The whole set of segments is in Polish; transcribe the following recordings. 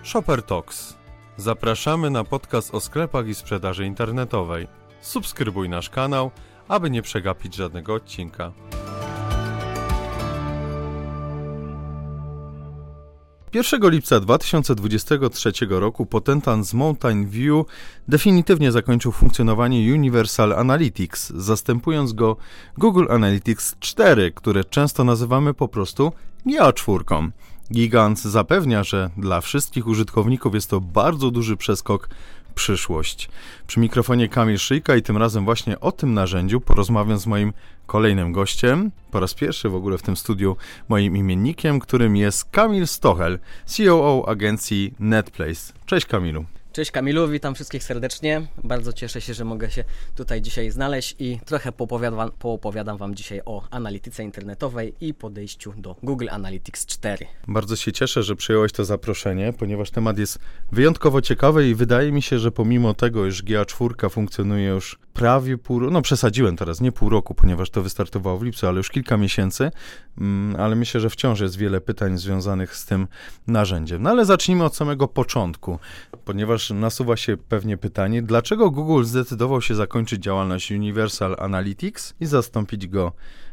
Shopper Talks. Zapraszamy na podcast o sklepach i sprzedaży internetowej. Subskrybuj nasz kanał, aby nie przegapić żadnego odcinka. 1 lipca 2023 roku potentant z Mountain View definitywnie zakończył funkcjonowanie Universal Analytics, zastępując go Google Analytics 4, które często nazywamy po prostu GA4. Gigant zapewnia, że dla wszystkich użytkowników jest to bardzo duży przeskok w przyszłość. Przy mikrofonie Kamil Szyjka i tym razem właśnie o tym narzędziu porozmawiam z moim kolejnym gościem, po raz pierwszy w ogóle w tym studiu moim imiennikiem, którym jest Kamil Stochel, COO agencji NetPlace. Cześć Kamilu. Cześć Kamilu, witam wszystkich serdecznie. Bardzo cieszę się, że mogę się tutaj dzisiaj znaleźć i trochę poopowiadam Wam dzisiaj o analityce internetowej i podejściu do Google Analytics 4. Bardzo się cieszę, że przyjąłeś to zaproszenie, ponieważ temat jest wyjątkowo ciekawy i wydaje mi się, że pomimo tego, iż GA4 funkcjonuje już prawie przesadziłem teraz, nie pół roku, ponieważ to wystartowało w lipcu, ale już kilka miesięcy, ale myślę, że wciąż jest wiele pytań związanych z tym narzędziem. No ale zacznijmy od samego początku, ponieważ nasuwa się pewnie pytanie, dlaczego Google zdecydował się zakończyć działalność Universal Analytics i zastąpić go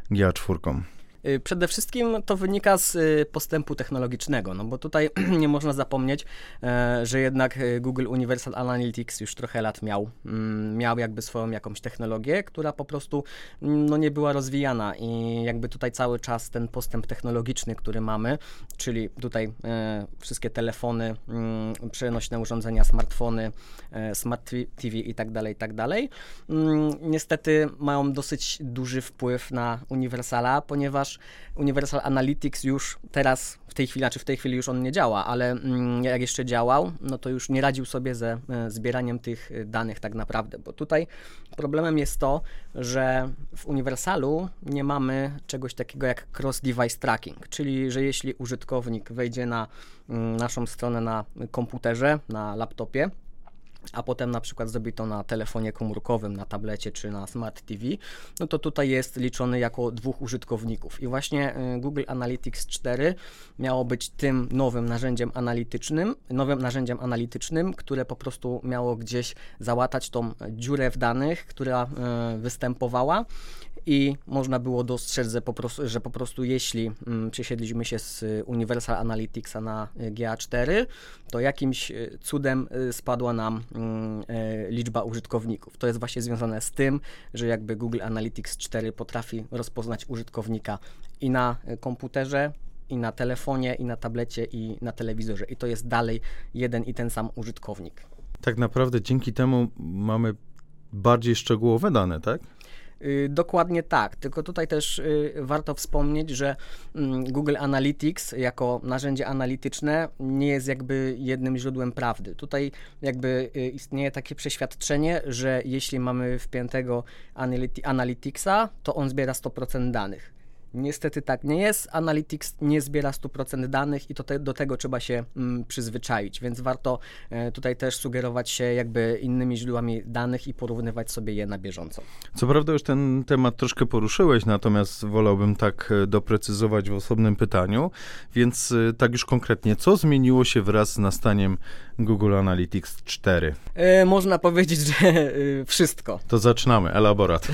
GA4? Przede wszystkim to wynika z postępu technologicznego, no bo tutaj nie można zapomnieć, że jednak Google Universal Analytics już trochę lat miał jakby swoją jakąś technologię, która po prostu nie była rozwijana i jakby tutaj cały czas ten postęp technologiczny, który mamy, czyli tutaj wszystkie telefony, przenośne urządzenia, smartfony, smart TV i tak dalej, niestety mają dosyć duży wpływ na Universala, ponieważ Universal Analytics już teraz, w tej chwili już on nie działa, ale jak jeszcze działał, no to już nie radził sobie ze zbieraniem tych danych tak naprawdę, bo tutaj problemem jest to, że w Universalu nie mamy czegoś takiego jak cross-device tracking, czyli że jeśli użytkownik wejdzie na naszą stronę na komputerze, na laptopie, a potem na przykład zrobi to na telefonie komórkowym, na tablecie czy na Smart TV, no to tutaj jest liczony jako dwóch użytkowników. I właśnie Google Analytics 4 miało być tym nowym narzędziem analitycznym, które po prostu miało gdzieś załatać tą dziurę w danych, która występowała. I można było dostrzec, że po prostu jeśli przesiedliśmy się z Universal Analyticsa na GA4, to jakimś cudem spadła nam liczba użytkowników. To jest właśnie związane z tym, że jakby Google Analytics 4 potrafi rozpoznać użytkownika i na komputerze, i na telefonie, i na tablecie, i na telewizorze. I to jest dalej jeden i ten sam użytkownik. Tak naprawdę dzięki temu mamy bardziej szczegółowe dane, tak? Dokładnie tak, tylko tutaj też warto wspomnieć, że Google Analytics jako narzędzie analityczne nie jest jakby jednym źródłem prawdy. Tutaj jakby istnieje takie przeświadczenie, że jeśli mamy wpiętego Analyticsa, to on zbiera 100% danych. Niestety tak nie jest. Analytics nie zbiera 100% danych i do tego trzeba się przyzwyczaić, więc warto tutaj też sugerować się jakby innymi źródłami danych i porównywać sobie je na bieżąco. Co prawda już ten temat troszkę poruszyłeś, natomiast wolałbym tak doprecyzować w osobnym pytaniu, więc tak już konkretnie, co zmieniło się wraz z nastaniem Google Analytics 4? Można powiedzieć, że wszystko. To zaczynamy, elaborat.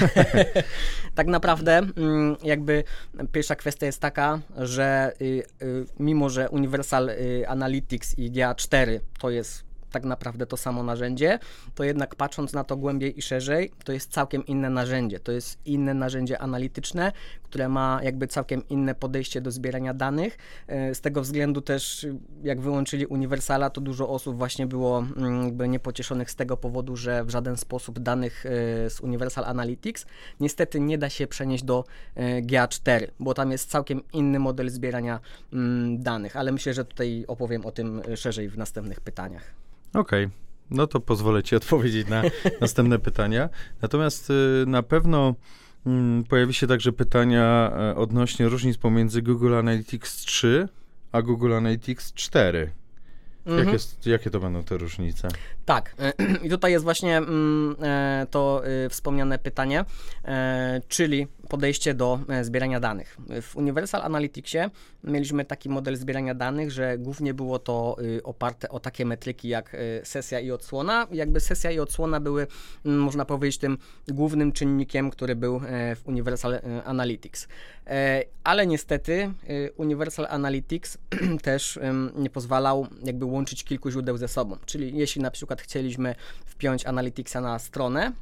Tak naprawdę jakby pierwsza kwestia jest taka, że mimo, że Universal Analytics i GA4 to jest tak naprawdę to samo narzędzie, to jednak patrząc na to głębiej i szerzej, to jest całkiem inne narzędzie. To jest inne narzędzie analityczne, które ma jakby całkiem inne podejście do zbierania danych. Z tego względu też, jak wyłączyli Universala, to dużo osób właśnie było jakby niepocieszonych z tego powodu, że w żaden sposób danych z Universal Analytics niestety nie da się przenieść do GA4, bo tam jest całkiem inny model zbierania danych, ale myślę, że tutaj opowiem o tym szerzej w następnych pytaniach. Okej. No to pozwolę Ci odpowiedzieć na następne pytania. Natomiast na pewno pojawi się także pytania odnośnie różnic pomiędzy Google Analytics 3 a Google Analytics 4. Jakie to będą te różnice? Tak, i tutaj jest właśnie to wspomniane pytanie, czyli podejście do zbierania danych. W Universal Analyticsie mieliśmy taki model zbierania danych, że głównie było to oparte o takie metryki jak sesja i odsłona. Jakby sesja i odsłona były, można powiedzieć, tym głównym czynnikiem, który był w Universal Analytics. Ale niestety Universal Analytics też nie pozwalał jakby łączyć kilku źródeł ze sobą. Czyli jeśli na przykład chcieliśmy wpiąć Analyticsa na stronę,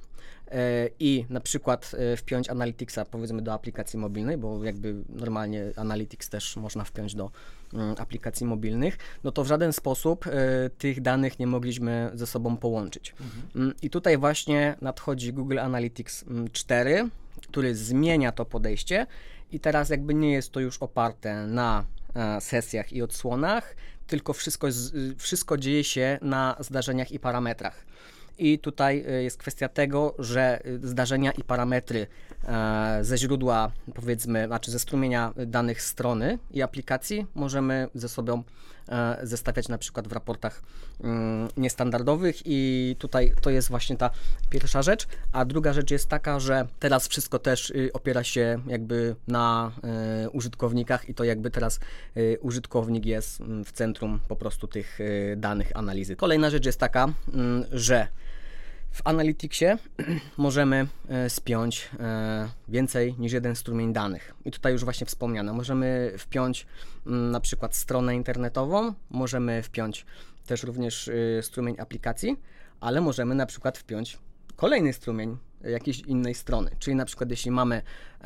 i na przykład wpiąć Analyticsa powiedzmy do aplikacji mobilnej, bo jakby normalnie Analytics też można wpiąć do aplikacji mobilnych, no to w żaden sposób tych danych nie mogliśmy ze sobą połączyć. I tutaj właśnie nadchodzi Google Analytics 4, który zmienia to podejście i teraz jakby nie jest to już oparte na sesjach i odsłonach, tylko wszystko dzieje się na zdarzeniach i parametrach. I tutaj jest kwestia tego, że zdarzenia i parametry ze źródła, powiedzmy, znaczy ze strumienia danych strony i aplikacji możemy ze sobą zestawiać na przykład w raportach niestandardowych i tutaj to jest właśnie ta pierwsza rzecz, a druga rzecz jest taka, że teraz wszystko też opiera się jakby na użytkownikach i to jakby teraz użytkownik jest w centrum po prostu tych danych analizy. Kolejna rzecz jest taka, że w Analyticsie możemy spiąć więcej niż jeden strumień danych. I tutaj już właśnie wspomniano, możemy wpiąć na przykład stronę internetową, możemy wpiąć też również strumień aplikacji, ale możemy na przykład wpiąć kolejny strumień jakiejś innej strony. Czyli na przykład jeśli mamy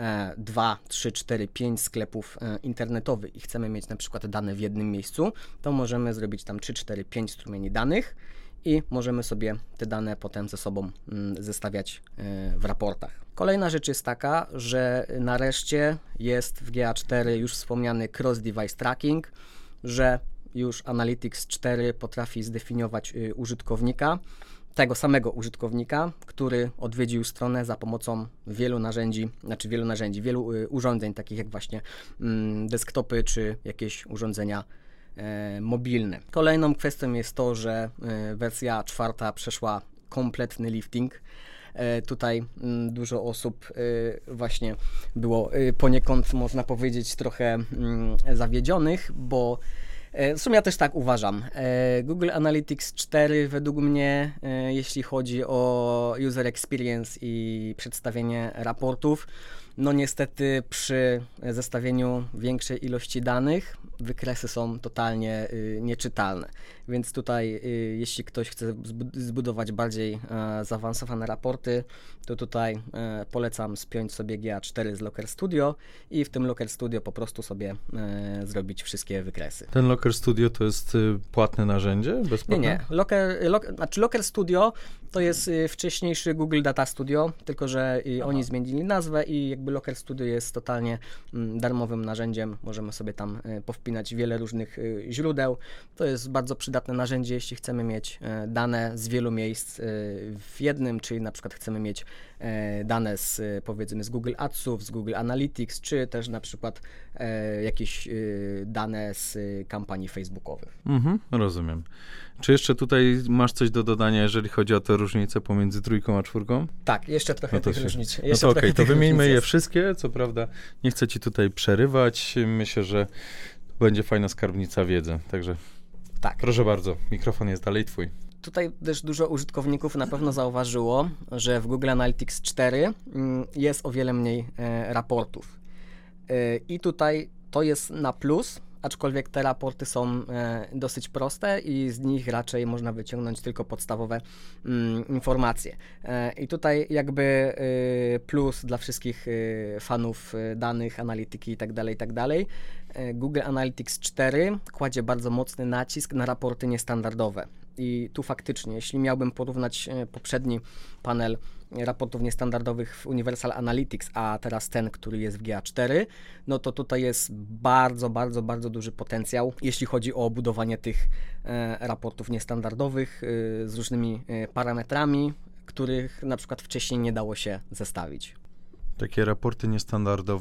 2, 3, 4, 5 sklepów internetowych i chcemy mieć na przykład dane w jednym miejscu, to możemy zrobić tam 3, 4, 5 strumieni danych i możemy sobie te dane potem ze sobą zestawiać w raportach. Kolejna rzecz jest taka, że nareszcie jest w GA4 już wspomniany cross-device tracking, że już Analytics 4 potrafi zdefiniować użytkownika, tego samego użytkownika, który odwiedził stronę za pomocą wielu urządzeń, takich jak właśnie desktopy czy jakieś urządzenia mobilne. Kolejną kwestią jest to, że wersja 4 przeszła kompletny lifting. Tutaj dużo osób właśnie było poniekąd, można powiedzieć, trochę zawiedzionych, bo w sumie ja też tak uważam. Google Analytics 4 według mnie, jeśli chodzi o user experience i przedstawienie raportów, no niestety przy zestawieniu większej ilości danych wykresy są totalnie nieczytelne. Więc tutaj jeśli ktoś chce zbudować bardziej zaawansowane raporty, to tutaj polecam spiąć sobie GA4 z Locker Studio i w tym Locker Studio po prostu sobie zrobić wszystkie wykresy. Ten Locker Studio to jest płatne narzędzie? Bezpłatne? Nie. Locker Studio to jest wcześniejszy Google Data Studio, tylko że oni zmienili nazwę i jakby Locker Studio jest totalnie darmowym narzędziem. Możemy sobie tam powpinać wiele różnych źródeł. To jest bardzo przydatne narzędzie, jeśli chcemy mieć dane z wielu miejsc w jednym, czyli na przykład chcemy mieć dane powiedzmy z Google Adsów, z Google Analytics, czy też na przykład jakieś dane z kampanii facebookowych. Rozumiem. Czy jeszcze tutaj masz coś do dodania, jeżeli chodzi o te różnice pomiędzy 3 a 4? Tak, jeszcze trochę tych różnic. No to okej, to wymieńmy je wszystkie, co prawda nie chcę ci tutaj przerywać, myślę, że będzie fajna skarbnica wiedzy, także tak. Proszę bardzo, mikrofon jest dalej twój. Tutaj też dużo użytkowników na pewno zauważyło, że w Google Analytics 4 jest o wiele mniej raportów. I tutaj to jest na plus, aczkolwiek te raporty są dosyć proste i z nich raczej można wyciągnąć tylko podstawowe informacje. I tutaj jakby plus dla wszystkich fanów danych, analityki itd. Google Analytics 4 kładzie bardzo mocny nacisk na raporty niestandardowe. I tu faktycznie, jeśli miałbym porównać poprzedni panel raportów niestandardowych w Universal Analytics, a teraz ten, który jest w GA4, no to tutaj jest bardzo, bardzo, bardzo duży potencjał, jeśli chodzi o budowanie tych raportów niestandardowych z różnymi parametrami, których na przykład wcześniej nie dało się zestawić. Takie raporty niestandardowe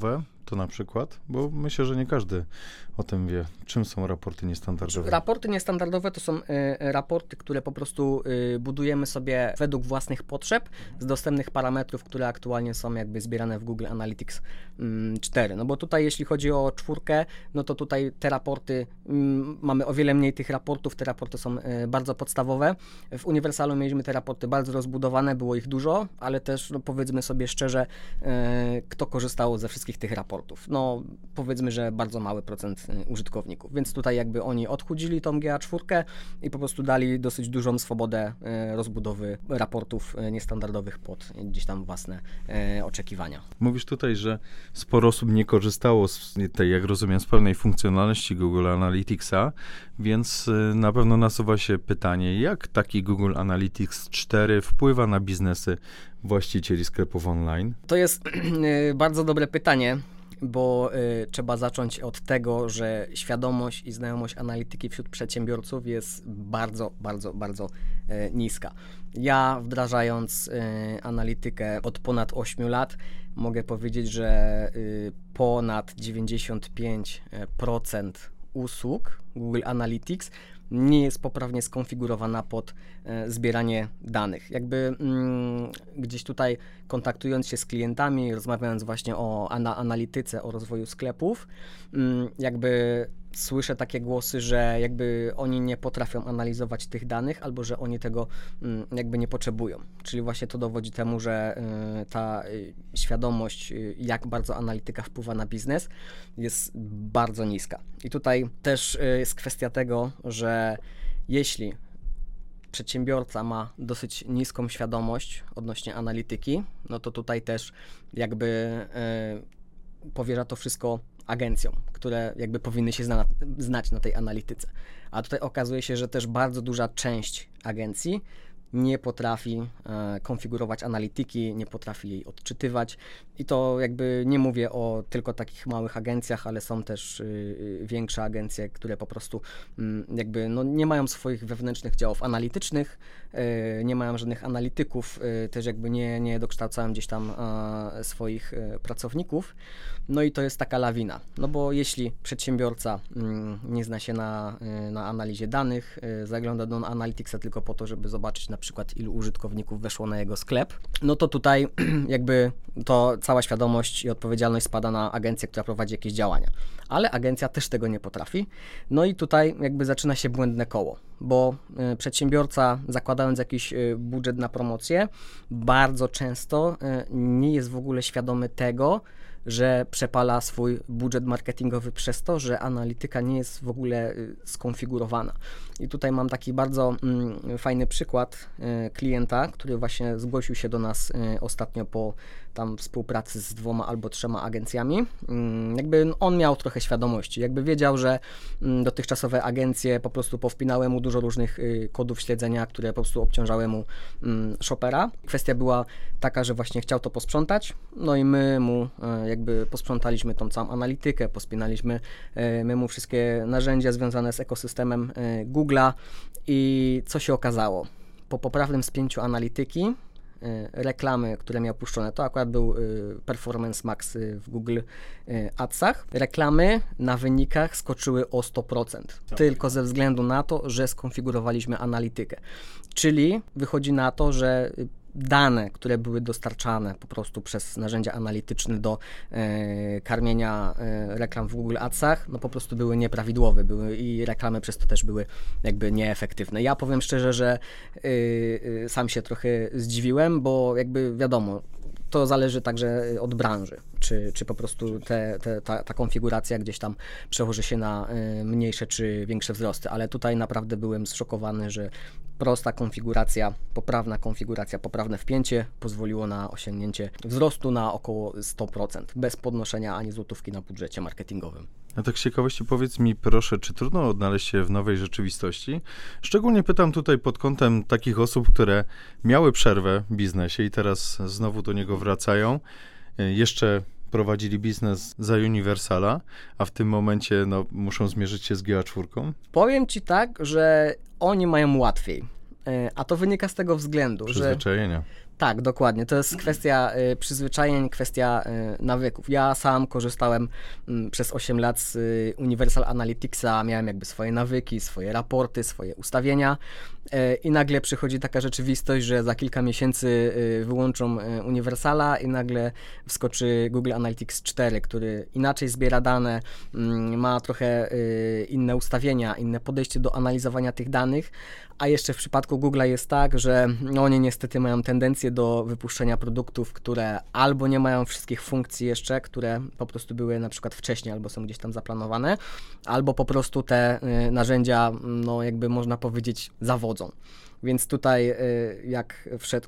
to na przykład? Bo myślę, że nie każdy o tym wie. Czym są raporty niestandardowe? Raporty niestandardowe to są raporty, które po prostu budujemy sobie według własnych potrzeb z dostępnych parametrów, które aktualnie są jakby zbierane w Google Analytics 4. No bo tutaj jeśli chodzi o 4, no to tutaj te raporty, mamy o wiele mniej tych raportów, te raporty są bardzo podstawowe. W Uniwersalu mieliśmy te raporty bardzo rozbudowane, było ich dużo, ale też no powiedzmy sobie szczerze, kto korzystał ze wszystkich tych raportów. No powiedzmy, że bardzo mały procent użytkowników, więc tutaj jakby oni odchudzili tą GA4 i po prostu dali dosyć dużą swobodę rozbudowy raportów niestandardowych pod gdzieś tam własne oczekiwania. Mówisz tutaj, że sporo osób nie korzystało z tej, jak rozumiem, z pewnej funkcjonalności Google Analyticsa, więc na pewno nasuwa się pytanie, jak taki Google Analytics 4 wpływa na biznesy właścicieli sklepów online? To jest bardzo dobre pytanie, bo trzeba zacząć od tego, że świadomość i znajomość analityki wśród przedsiębiorców jest bardzo, bardzo, bardzo niska. Ja wdrażając analitykę od ponad 8 lat mogę powiedzieć, że ponad 95% usług Google Analytics nie jest poprawnie skonfigurowana pod zbieranie danych. Jakby gdzieś tutaj kontaktując się z klientami, rozmawiając właśnie o analityce, o rozwoju sklepów, jakby słyszę takie głosy, że jakby oni nie potrafią analizować tych danych, albo że oni tego jakby nie potrzebują. Czyli właśnie to dowodzi temu, że ta świadomość, jak bardzo analityka wpływa na biznes, jest bardzo niska. I tutaj też jest kwestia tego, że jeśli przedsiębiorca ma dosyć niską świadomość odnośnie analityki, no to tutaj też jakby powierza to wszystko agencjom, które jakby powinny się znać na tej analityce. A tutaj okazuje się, że też bardzo duża część agencji nie potrafi konfigurować analityki, nie potrafi jej odczytywać i to jakby nie mówię o tylko takich małych agencjach, ale są też większe agencje, które po prostu jakby no nie mają swoich wewnętrznych działów analitycznych, nie mają żadnych analityków, też jakby nie dokształcają gdzieś tam swoich pracowników. No i to jest taka lawina, no bo jeśli przedsiębiorca nie zna się na analizie danych, zagląda do Analyticsa tylko po to, żeby zobaczyć na przykład ilu użytkowników weszło na jego sklep, no to tutaj jakby to cała świadomość i odpowiedzialność spada na agencję, która prowadzi jakieś działania. Ale agencja też tego nie potrafi. No i tutaj jakby zaczyna się błędne koło, bo przedsiębiorca zakładając jakiś budżet na promocję, bardzo często nie jest w ogóle świadomy tego, że przepala swój budżet marketingowy przez to, że analityka nie jest w ogóle skonfigurowana. I tutaj mam taki bardzo fajny przykład klienta, który właśnie zgłosił się do nas ostatnio po tam współpracy z 2 albo 3 agencjami. Jakby on miał trochę świadomości, jakby wiedział, że dotychczasowe agencje po prostu powpinały mu dużo różnych kodów śledzenia, które po prostu obciążały mu shopera. Kwestia była taka, że właśnie chciał to posprzątać, no i my mu jakby posprzątaliśmy tą całą analitykę, pospinaliśmy my mu wszystkie narzędzia związane z ekosystemem Google'a i co się okazało? Po poprawnym spięciu analityki reklamy, które miał puszczone, to akurat był Performance Max w Google Adsach, reklamy na wynikach skoczyły o 100%, tylko ze względu na to, że skonfigurowaliśmy analitykę. Czyli wychodzi na to, że dane, które były dostarczane po prostu przez narzędzia analityczne do karmienia reklam w Google Adsach, no po prostu były nieprawidłowe, i reklamy przez to też były jakby nieefektywne. Ja powiem szczerze, że sam się trochę zdziwiłem, bo jakby wiadomo, to zależy także od branży, czy po prostu ta konfiguracja gdzieś tam przełoży się na mniejsze czy większe wzrosty, ale tutaj naprawdę byłem zszokowany, że prosta konfiguracja, poprawne wpięcie pozwoliło na osiągnięcie wzrostu na około 100%, bez podnoszenia ani złotówki na budżecie marketingowym. A tak z ciekawości powiedz mi proszę, czy trudno odnaleźć się w nowej rzeczywistości? Szczególnie pytam tutaj pod kątem takich osób, które miały przerwę w biznesie i teraz znowu do niego wracają. Jeszcze prowadzili biznes za Universala, a w tym momencie muszą zmierzyć się z GA4? Powiem Ci tak, że oni mają łatwiej. A to wynika z tego względu, przyzwyczajenia. Tak, dokładnie. To jest kwestia przyzwyczajeń, kwestia nawyków. Ja sam korzystałem przez 8 lat z Universal Analyticsa, miałem jakby swoje nawyki, swoje raporty, swoje ustawienia i nagle przychodzi taka rzeczywistość, że za kilka miesięcy wyłączą Universala i nagle wskoczy Google Analytics 4, który inaczej zbiera dane, ma trochę inne ustawienia, inne podejście do analizowania tych danych, a jeszcze w przypadku Google'a jest tak, że oni niestety mają tendencję do wypuszczenia produktów, które albo nie mają wszystkich funkcji jeszcze, które po prostu były na przykład wcześniej albo są gdzieś tam zaplanowane, albo po prostu te narzędzia, no jakby można powiedzieć, zawodzą. Więc tutaj jak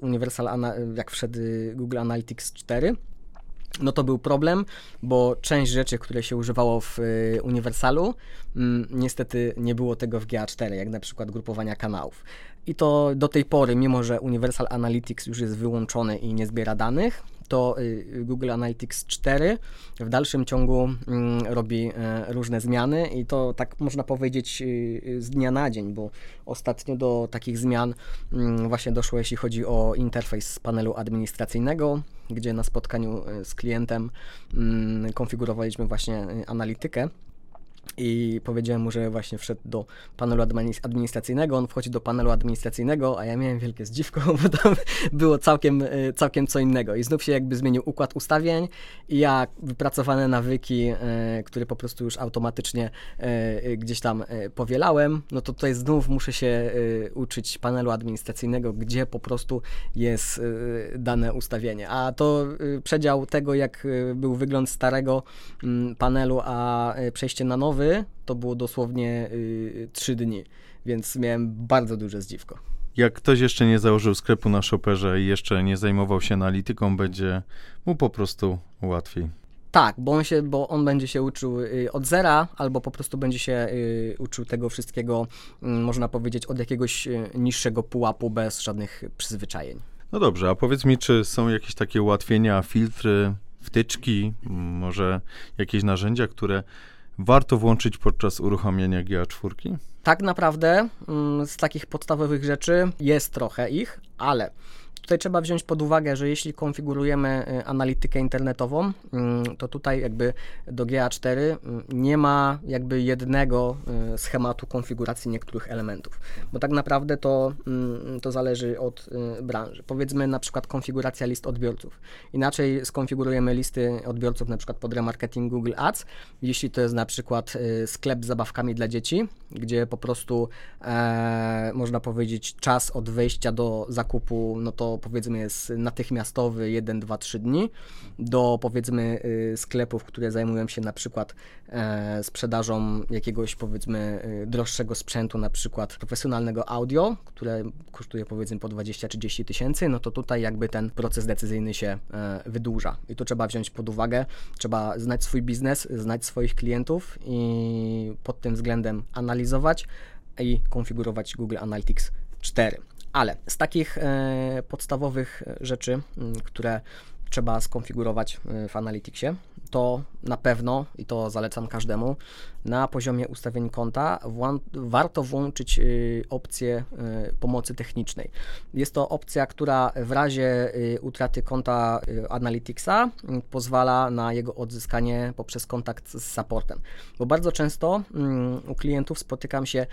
wszedł Google Analytics 4, no to był problem, bo część rzeczy, które się używało w Universalu, niestety nie było tego w GA4, jak na przykład grupowania kanałów. I to do tej pory, mimo że Universal Analytics już jest wyłączony i nie zbiera danych, to Google Analytics 4 w dalszym ciągu robi różne zmiany i to tak można powiedzieć z dnia na dzień, bo ostatnio do takich zmian właśnie doszło, jeśli chodzi o interfejs z panelu administracyjnego, gdzie na spotkaniu z klientem konfigurowaliśmy właśnie analitykę. I powiedziałem mu, że właśnie wszedł do panelu administracyjnego, on wchodzi do panelu administracyjnego, a ja miałem wielkie zdziwko, bo tam było całkiem co innego i znów się jakby zmienił układ ustawień i ja wypracowane nawyki, które po prostu już automatycznie gdzieś tam powielałem, no to tutaj znów muszę się uczyć panelu administracyjnego, gdzie po prostu jest dane ustawienie, a to przedział tego, jak był wygląd starego panelu, a przejście na nowy, to było dosłownie 3 dni, więc miałem bardzo duże zdziwko. Jak ktoś jeszcze nie założył sklepu na Shopperze i jeszcze nie zajmował się analityką, będzie mu po prostu łatwiej. Tak, bo on będzie się uczył od zera, albo po prostu będzie się uczył tego wszystkiego, można powiedzieć, od jakiegoś niższego pułapu, bez żadnych przyzwyczajeń. No dobrze, a powiedz mi, czy są jakieś takie ułatwienia, filtry, wtyczki, może jakieś narzędzia, które warto włączyć podczas uruchamiania GA4? Tak naprawdę z takich podstawowych rzeczy jest trochę ich, ale tutaj trzeba wziąć pod uwagę, że jeśli konfigurujemy analitykę internetową, to tutaj jakby do GA4 nie ma jakby jednego schematu konfiguracji niektórych elementów, bo tak naprawdę to zależy od branży. Powiedzmy na przykład konfiguracja list odbiorców. Inaczej skonfigurujemy listy odbiorców na przykład pod remarketing Google Ads, jeśli to jest na przykład sklep z zabawkami dla dzieci, gdzie po prostu można powiedzieć czas od wejścia do zakupu, no to powiedzmy jest natychmiastowy 1, 2, 3 dni, do powiedzmy sklepów, które zajmują się na przykład sprzedażą jakiegoś powiedzmy droższego sprzętu, na przykład profesjonalnego audio, które kosztuje powiedzmy po 20-30 tysięcy, no to tutaj jakby ten proces decyzyjny się wydłuża i to trzeba wziąć pod uwagę, trzeba znać swój biznes, znać swoich klientów i pod tym względem analizować i konfigurować Google Analytics 4. Ale z takich podstawowych rzeczy, które trzeba skonfigurować w Analyticsie, to na pewno, i to zalecam każdemu, na poziomie ustawień konta warto włączyć opcję pomocy technicznej. Jest to opcja, która w razie utraty konta Analyticsa pozwala na jego odzyskanie poprzez kontakt z supportem. Bo bardzo często u klientów spotykam się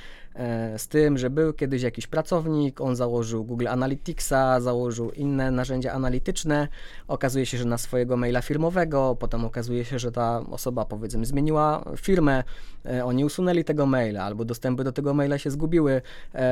z tym, że był kiedyś jakiś pracownik, on założył Google Analyticsa, założył inne narzędzia analityczne, okazuje się, że na swojego maila firmowego, potem okazuje się, że ta osoba powiedzmy zmieniła firmę, oni usunęli tego maila albo dostępy do tego maila się zgubiły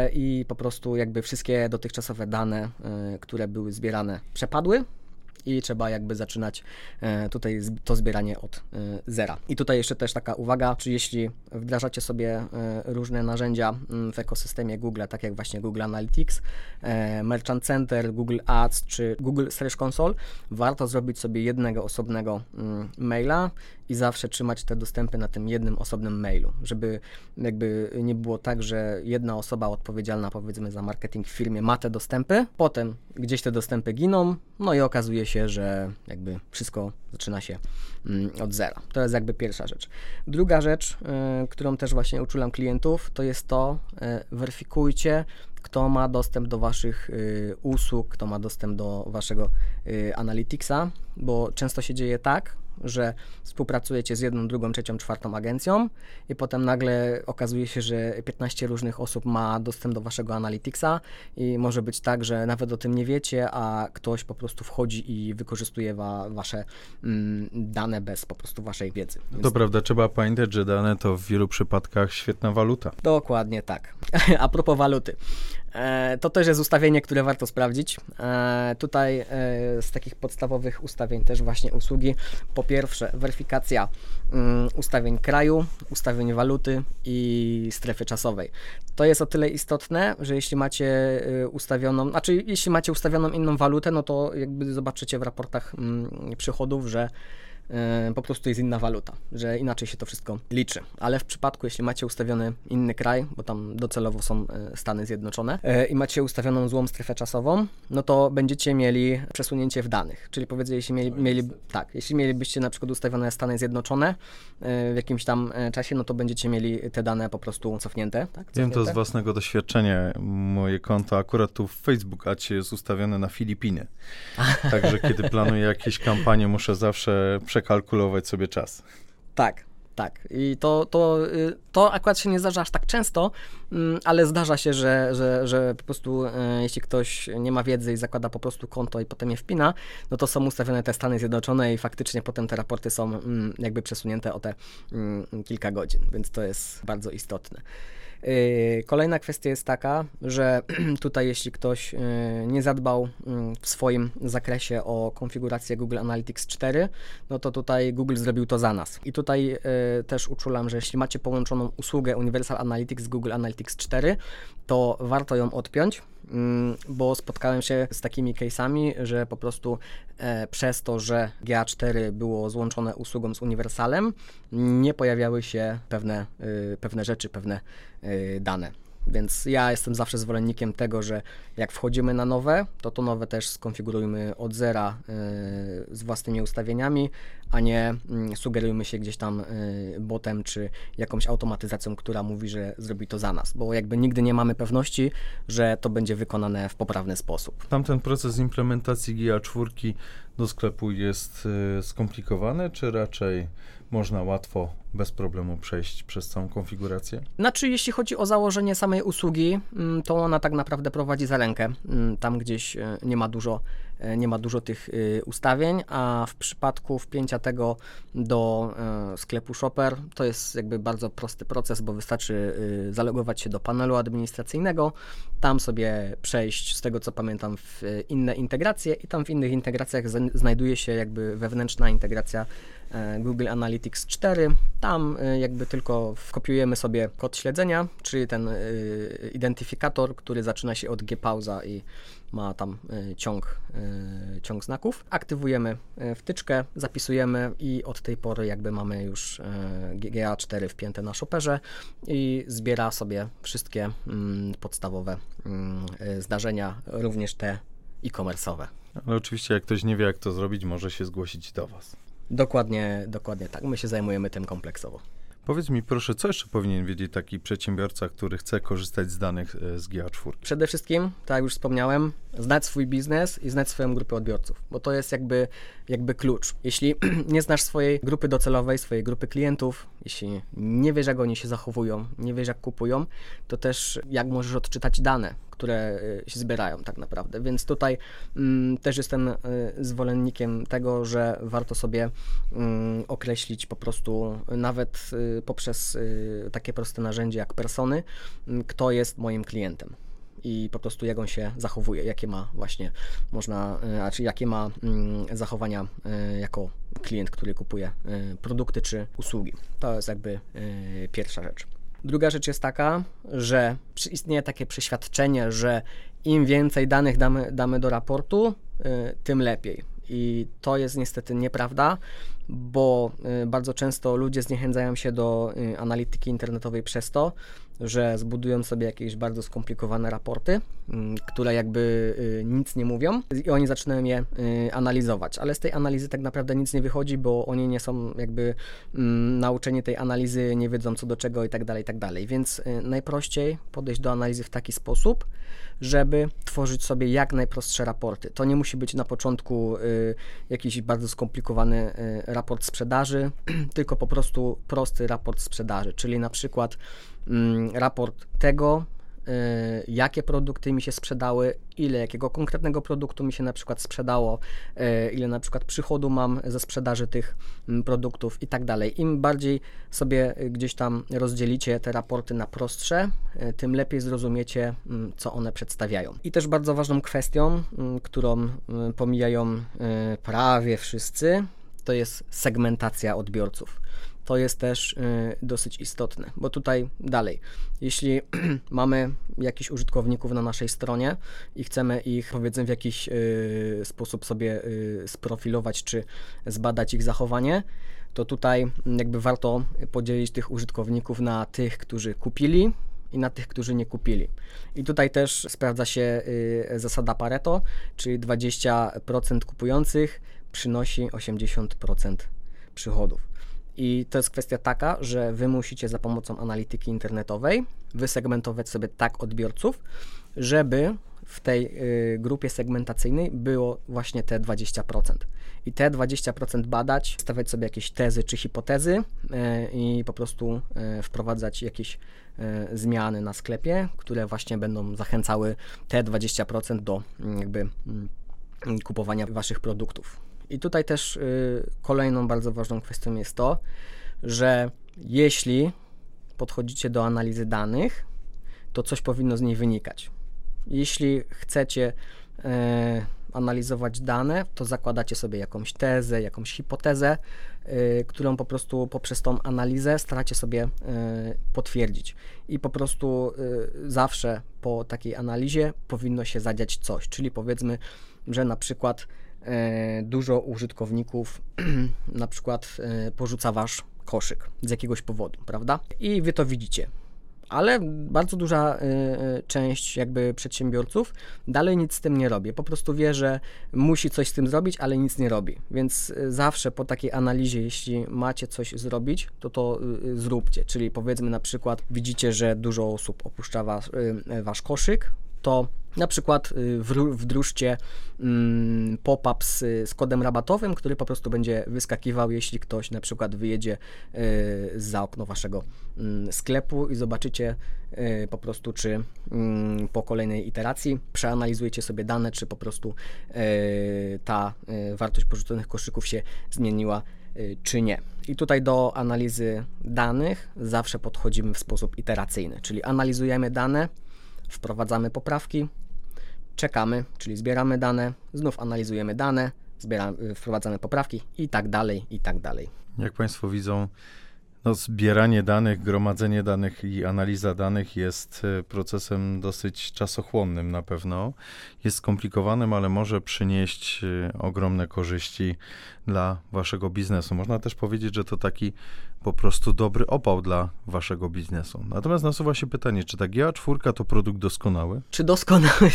i po prostu jakby wszystkie dotychczasowe dane, które były zbierane, przepadły. I trzeba jakby zaczynać tutaj to zbieranie od zera. I tutaj jeszcze też taka uwaga, czy jeśli wdrażacie sobie różne narzędzia w ekosystemie Google, tak jak właśnie Google Analytics, Merchant Center, Google Ads czy Google Search Console, warto zrobić sobie jednego osobnego maila i zawsze trzymać te dostępy na tym jednym osobnym mailu, żeby jakby nie było tak, że jedna osoba odpowiedzialna powiedzmy za marketing w firmie ma te dostępy, potem gdzieś te dostępy giną, no i okazuje się, że jakby wszystko zaczyna się od zera. To jest jakby pierwsza rzecz. Druga rzecz, którą też właśnie uczulam klientów, to jest to, weryfikujcie kto ma dostęp do waszych usług, kto ma dostęp do waszego Analyticsa, bo często się dzieje tak, że współpracujecie z jedną, drugą, trzecią, czwartą agencją i potem nagle okazuje się, że 15 różnych osób ma dostęp do waszego Analyticsa i może być tak, że nawet o tym nie wiecie, a ktoś po prostu wchodzi i wykorzystuje wasze dane bez po prostu waszej wiedzy. Więc To prawda, trzeba pamiętać, że dane to w wielu przypadkach świetna waluta. dokładnie tak. A propos waluty. To też jest ustawienie, które warto sprawdzić. Tutaj z takich podstawowych ustawień też właśnie usługi. Po pierwsze weryfikacja ustawień kraju, ustawień waluty i strefy czasowej. To jest o tyle istotne, że jeśli macie ustawioną inną walutę, no to jakby zobaczycie w raportach przychodów, że po prostu jest inna waluta, że inaczej się to wszystko liczy. Ale w przypadku, jeśli macie ustawiony inny kraj, bo tam docelowo są Stany Zjednoczone i macie ustawioną złą strefę czasową, no to będziecie mieli przesunięcie w danych. Czyli powiedzmy, jeśli mielibyście na przykład ustawione Stany Zjednoczone w jakimś tam czasie, no to będziecie mieli te dane po prostu cofnięte. Tak? Wiem to z własnego doświadczenia. Moje konto akurat tu w Facebook Adsie jest ustawione na Filipiny. Także kiedy planuję jakieś kampanie, muszę zawsze przekalkulować sobie czas. Tak. I to akurat się nie zdarza aż tak często, ale zdarza się, że po prostu jeśli ktoś nie ma wiedzy i zakłada po prostu konto i potem je wpina, no to są ustawione te Stany Zjednoczone i faktycznie potem te raporty są jakby przesunięte o te kilka godzin, więc to jest bardzo istotne. Kolejna kwestia jest taka, że tutaj jeśli ktoś nie zadbał w swoim zakresie o konfigurację Google Analytics 4, no to tutaj Google zrobił to za nas. I tutaj też uczulam, że jeśli macie połączoną usługę Universal Analytics z Google Analytics 4, to warto ją odpiąć, bo spotkałem się z takimi case'ami, że po prostu przez to, że GA4 było złączone usługą z Universalem, nie pojawiały się pewne rzeczy, pewne dane. Więc ja jestem zawsze zwolennikiem tego, że jak wchodzimy na nowe, to nowe też skonfigurujmy od zera z własnymi ustawieniami, a nie sugerujmy się gdzieś tam botem czy jakąś automatyzacją, która mówi, że zrobi to za nas, bo jakby nigdy nie mamy pewności, że to będzie wykonane w poprawny sposób. Tamten proces implementacji GA4 do sklepu jest skomplikowany, czy raczej można łatwo, bez problemu przejść przez całą konfigurację? Znaczy, jeśli chodzi o założenie samej usługi, to ona tak naprawdę prowadzi za rękę. Tam gdzieś nie ma dużo tych ustawień, a w przypadku wpięcia tego do sklepu Shopper, to jest jakby bardzo prosty proces, bo wystarczy zalogować się do panelu administracyjnego, tam sobie przejść, z tego co pamiętam, w inne integracje i tam w innych integracjach znajduje się jakby wewnętrzna integracja Google Analytics 4. Tam jakby tylko wkopiujemy sobie kod śledzenia, czyli ten identyfikator, który zaczyna się od G-pauza i ma tam ciąg znaków. Aktywujemy wtyczkę, zapisujemy i od tej pory jakby mamy już GA4 wpięte na Shopperze i zbiera sobie wszystkie podstawowe zdarzenia, również te e-commerce'owe. Ale oczywiście jak ktoś nie wie, jak to zrobić, może się zgłosić do Was. Dokładnie tak. My się zajmujemy tym kompleksowo. Powiedz mi proszę, co jeszcze powinien wiedzieć taki przedsiębiorca, który chce korzystać z danych z GA4? Przede wszystkim, tak jak już wspomniałem, znać swój biznes i znać swoją grupę odbiorców, bo to jest jakby klucz. Jeśli nie znasz swojej grupy docelowej, swojej grupy klientów, jeśli nie wiesz, jak oni się zachowują, nie wiesz, jak kupują, to też jak możesz odczytać dane, które się zbierają tak naprawdę, więc tutaj też jestem zwolennikiem tego, że warto sobie określić po prostu nawet poprzez takie proste narzędzie jak persony, kto jest moim klientem i po prostu jak on się zachowuje, jakie ma właśnie jakie ma zachowania jako klient, który kupuje produkty czy usługi. To jest jakby pierwsza rzecz. Druga rzecz jest taka, że istnieje takie przeświadczenie, że im więcej danych damy do raportu, tym lepiej. I to jest niestety nieprawda, bo bardzo często ludzie zniechęcają się do analityki internetowej przez to, że zbudują sobie jakieś bardzo skomplikowane raporty, które jakby nic nie mówią i oni zaczynają je analizować, ale z tej analizy tak naprawdę nic nie wychodzi, bo oni nie są jakby nauczeni tej analizy, nie wiedzą co do czego i tak dalej, więc najprościej podejść do analizy w taki sposób, żeby tworzyć sobie jak najprostsze raporty. To nie musi być na początku jakiś bardzo skomplikowany raport sprzedaży, tylko po prostu prosty raport sprzedaży, czyli na przykład raport tego, jakie produkty mi się sprzedały, ile jakiego konkretnego produktu mi się na przykład sprzedało, ile na przykład przychodu mam ze sprzedaży tych produktów i tak dalej. Im bardziej sobie gdzieś tam rozdzielicie te raporty na prostsze, tym lepiej zrozumiecie, co one przedstawiają. I też bardzo ważną kwestią, którą pomijają prawie wszyscy, to jest segmentacja odbiorców. To jest też dosyć istotne, bo tutaj dalej, jeśli mamy jakichś użytkowników na naszej stronie i chcemy ich, powiedzmy, w jakiś sposób sobie sprofilować czy zbadać ich zachowanie, to tutaj jakby warto podzielić tych użytkowników na tych, którzy kupili i na tych, którzy nie kupili. I tutaj też sprawdza się zasada Pareto, czyli 20% kupujących przynosi 80% przychodów. I to jest kwestia taka, że wy musicie za pomocą analityki internetowej wysegmentować sobie tak odbiorców, żeby w tej grupie segmentacyjnej było właśnie te 20%. I te 20% badać, stawiać sobie jakieś tezy czy hipotezy i po prostu wprowadzać jakieś zmiany na sklepie, które właśnie będą zachęcały te 20% do jakby kupowania waszych produktów. I tutaj też kolejną bardzo ważną kwestią jest to, że jeśli podchodzicie do analizy danych, to coś powinno z niej wynikać. Jeśli chcecie analizować dane, to zakładacie sobie jakąś tezę, jakąś hipotezę, którą po prostu poprzez tą analizę staracie sobie potwierdzić. I po prostu zawsze po takiej analizie powinno się zadziać coś, czyli powiedzmy, że na przykład dużo użytkowników na przykład porzuca wasz koszyk z jakiegoś powodu, prawda? I wy to widzicie. Ale bardzo duża część jakby przedsiębiorców dalej nic z tym nie robi. Po prostu wie, że musi coś z tym zrobić, ale nic nie robi. Więc zawsze po takiej analizie, jeśli macie coś zrobić, to zróbcie. Czyli powiedzmy na przykład widzicie, że dużo osób opuszcza wasz koszyk, to na przykład wdróżcie pop-up z kodem rabatowym, który po prostu będzie wyskakiwał, jeśli ktoś na przykład wyjedzie za okno waszego sklepu i zobaczycie po prostu, czy po kolejnej iteracji przeanalizujecie sobie dane, czy po prostu ta wartość porzuconych koszyków się zmieniła, czy nie. I tutaj do analizy danych zawsze podchodzimy w sposób iteracyjny, czyli analizujemy dane, wprowadzamy poprawki, czekamy, czyli zbieramy dane, znów analizujemy dane, wprowadzamy poprawki i tak dalej, i tak dalej. Jak Państwo widzą, zbieranie danych, gromadzenie danych i analiza danych jest procesem dosyć czasochłonnym na pewno. Jest skomplikowanym, ale może przynieść ogromne korzyści dla waszego biznesu. Można też powiedzieć, że to taki po prostu dobry opał dla waszego biznesu. Natomiast nasuwa się pytanie, czy ta GA4 to produkt doskonały? Czy doskonały,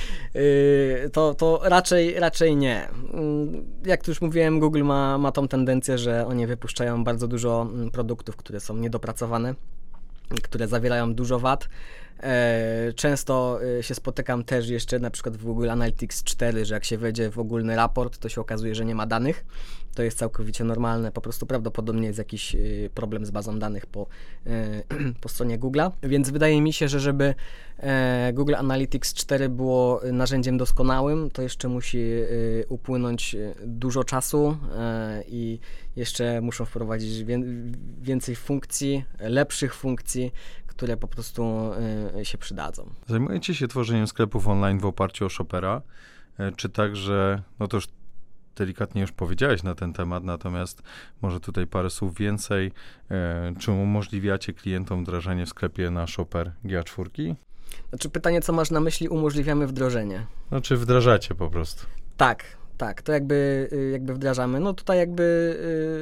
to raczej nie. Jak tu już mówiłem, Google ma tą tendencję, że oni wypuszczają bardzo dużo produktów, które są niedopracowane, które zawierają dużo wad. Często się spotykam też jeszcze na przykład w Google Analytics 4, że jak się wejdzie w ogólny raport, to się okazuje, że nie ma danych. To jest całkowicie normalne, po prostu prawdopodobnie jest jakiś problem z bazą danych po stronie Google'a. Więc wydaje mi się, że żeby Google Analytics 4 było narzędziem doskonałym, to jeszcze musi upłynąć dużo czasu i jeszcze muszą wprowadzić więcej funkcji, lepszych funkcji, które po prostu się przydadzą. Zajmujecie się tworzeniem sklepów online w oparciu o Shopera, czy także, to już delikatnie już powiedziałeś na ten temat, natomiast może tutaj parę słów więcej, czy umożliwiacie klientom wdrażanie w sklepie na Shopper GA4? Znaczy pytanie, co masz na myśli, umożliwiamy wdrożenie? Znaczy wdrażacie po prostu. Tak, Tak, to jakby wdrażamy. No tutaj jakby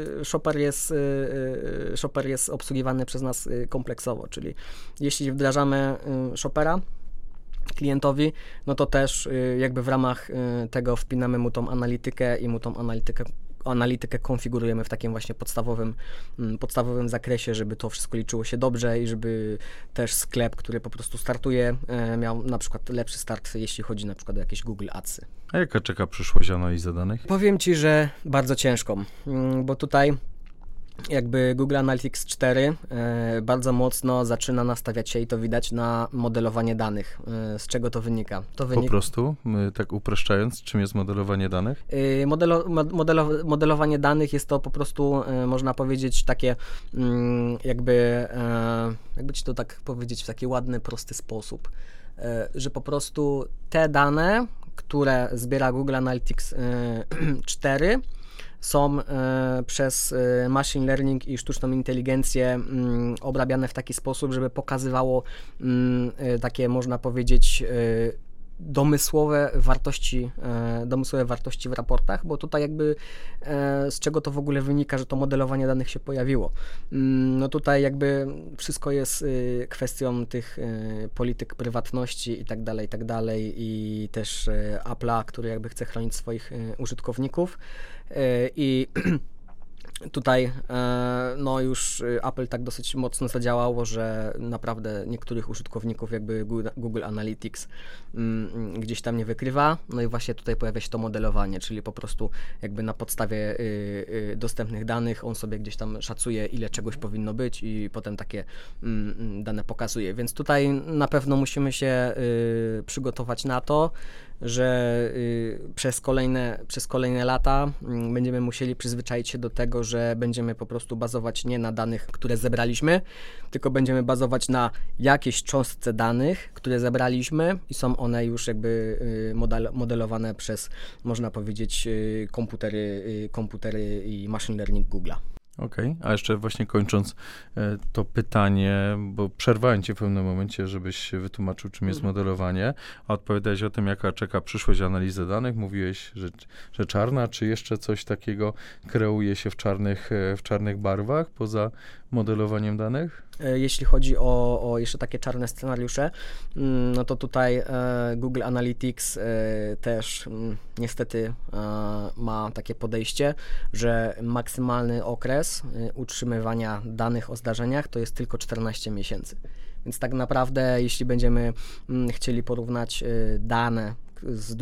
Shopper jest obsługiwany przez nas kompleksowo, czyli jeśli wdrażamy Shoppera klientowi, no to też jakby w ramach tego wpinamy mu tą analitykę i mu tą analitykę konfigurujemy w takim właśnie podstawowym zakresie, żeby to wszystko liczyło się dobrze i żeby też sklep, który po prostu startuje, miał na przykład lepszy start, jeśli chodzi na przykład o jakieś Google Adsy. A jaka czeka przyszłość analizy danych? Powiem Ci, że bardzo ciężką, bo tutaj jakby Google Analytics 4 bardzo mocno zaczyna nastawiać się i to widać na modelowanie danych. Z czego to wynika? Po prostu, tak upraszczając, czym jest modelowanie danych? Modelowanie danych jest to po prostu, można powiedzieć, takie jakby Ci to tak powiedzieć w taki ładny, prosty sposób, że po prostu te dane, które zbiera Google Analytics 4, są przez machine learning i sztuczną inteligencję obrabiane w taki sposób, żeby pokazywało takie, można powiedzieć, domysłowe wartości w raportach, bo tutaj jakby z czego to w ogóle wynika, że to modelowanie danych się pojawiło. No tutaj jakby wszystko jest kwestią tych polityk prywatności i tak dalej i też Apple'a, który jakby chce chronić swoich użytkowników i tutaj no już Apple tak dosyć mocno zadziałało, że naprawdę niektórych użytkowników jakby Google Analytics gdzieś tam nie wykrywa. No i właśnie tutaj pojawia się to modelowanie, czyli po prostu jakby na podstawie dostępnych danych on sobie gdzieś tam szacuje, ile czegoś powinno być i potem takie dane pokazuje. Więc tutaj na pewno musimy się przygotować na to, że przez kolejne lata będziemy musieli przyzwyczaić się do tego, że będziemy po prostu bazować nie na danych, które zebraliśmy, tylko będziemy bazować na jakiejś cząstce danych, które zebraliśmy i są one już jakby modelowane przez, można powiedzieć, komputery i machine learning Google'a. Okej, a jeszcze właśnie kończąc to pytanie, bo przerwałem Cię w pewnym momencie, żebyś wytłumaczył, czym jest modelowanie, a odpowiadałeś o tym, jaka czeka przyszłość analizy danych. Mówiłeś, że czarna, czy jeszcze coś takiego kreuje się w czarnych barwach poza modelowaniem danych? Jeśli chodzi o jeszcze takie czarne scenariusze, no to tutaj Google Analytics też niestety ma takie podejście, że maksymalny okres utrzymywania danych o zdarzeniach to jest tylko 14 miesięcy. Więc tak naprawdę, jeśli będziemy chcieli porównać dane z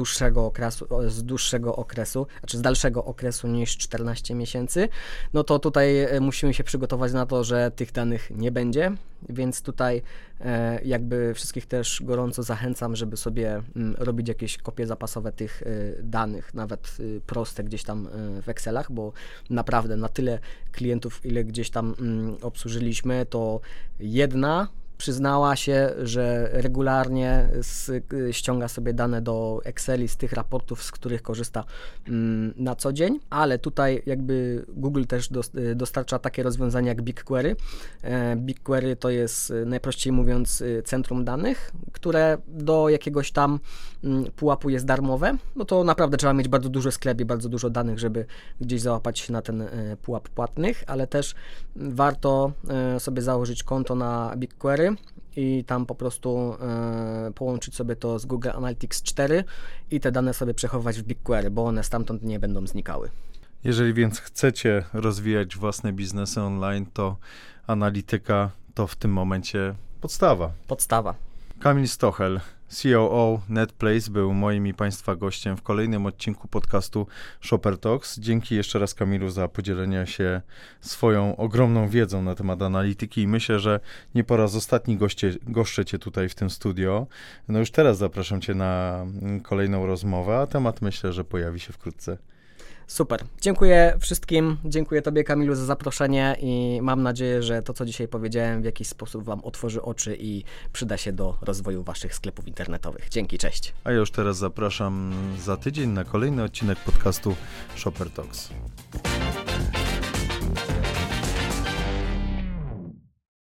dalszego okresu niż 14 miesięcy, no to tutaj musimy się przygotować na to, że tych danych nie będzie, więc tutaj jakby wszystkich też gorąco zachęcam, żeby sobie robić jakieś kopie zapasowe tych danych, nawet proste gdzieś tam w Excelach, bo naprawdę na tyle klientów, ile gdzieś tam obsłużyliśmy, to jedna przyznała się, że regularnie ściąga sobie dane do Exceli z tych raportów, z których korzysta na co dzień, ale tutaj jakby Google też dostarcza takie rozwiązania jak BigQuery. BigQuery to jest najprościej mówiąc centrum danych, które do jakiegoś tam pułapu jest darmowe, no to naprawdę trzeba mieć bardzo duży sklep i bardzo dużo danych, żeby gdzieś załapać się na ten pułap płatnych, ale też warto sobie założyć konto na BigQuery i tam po prostu połączyć sobie to z Google Analytics 4 i te dane sobie przechowywać w BigQuery, bo one stamtąd nie będą znikały. Jeżeli więc chcecie rozwijać własne biznesy online, to analityka to w tym momencie podstawa. Kamil Stochel, COO NetPlace, był moim i Państwa gościem w kolejnym odcinku podcastu Shopper Talks. Dzięki jeszcze raz, Kamilu, za podzielenie się swoją ogromną wiedzą na temat analityki i myślę, że nie po raz ostatni goszczę Cię tutaj w tym studio. No już teraz zapraszam Cię na kolejną rozmowę, a temat myślę, że pojawi się wkrótce. Super. Dziękuję wszystkim. Dziękuję Tobie, Kamilu, za zaproszenie i mam nadzieję, że to, co dzisiaj powiedziałem, w jakiś sposób Wam otworzy oczy i przyda się do rozwoju Waszych sklepów internetowych. Dzięki, cześć. A ja już teraz zapraszam za tydzień na kolejny odcinek podcastu Shopper Talks.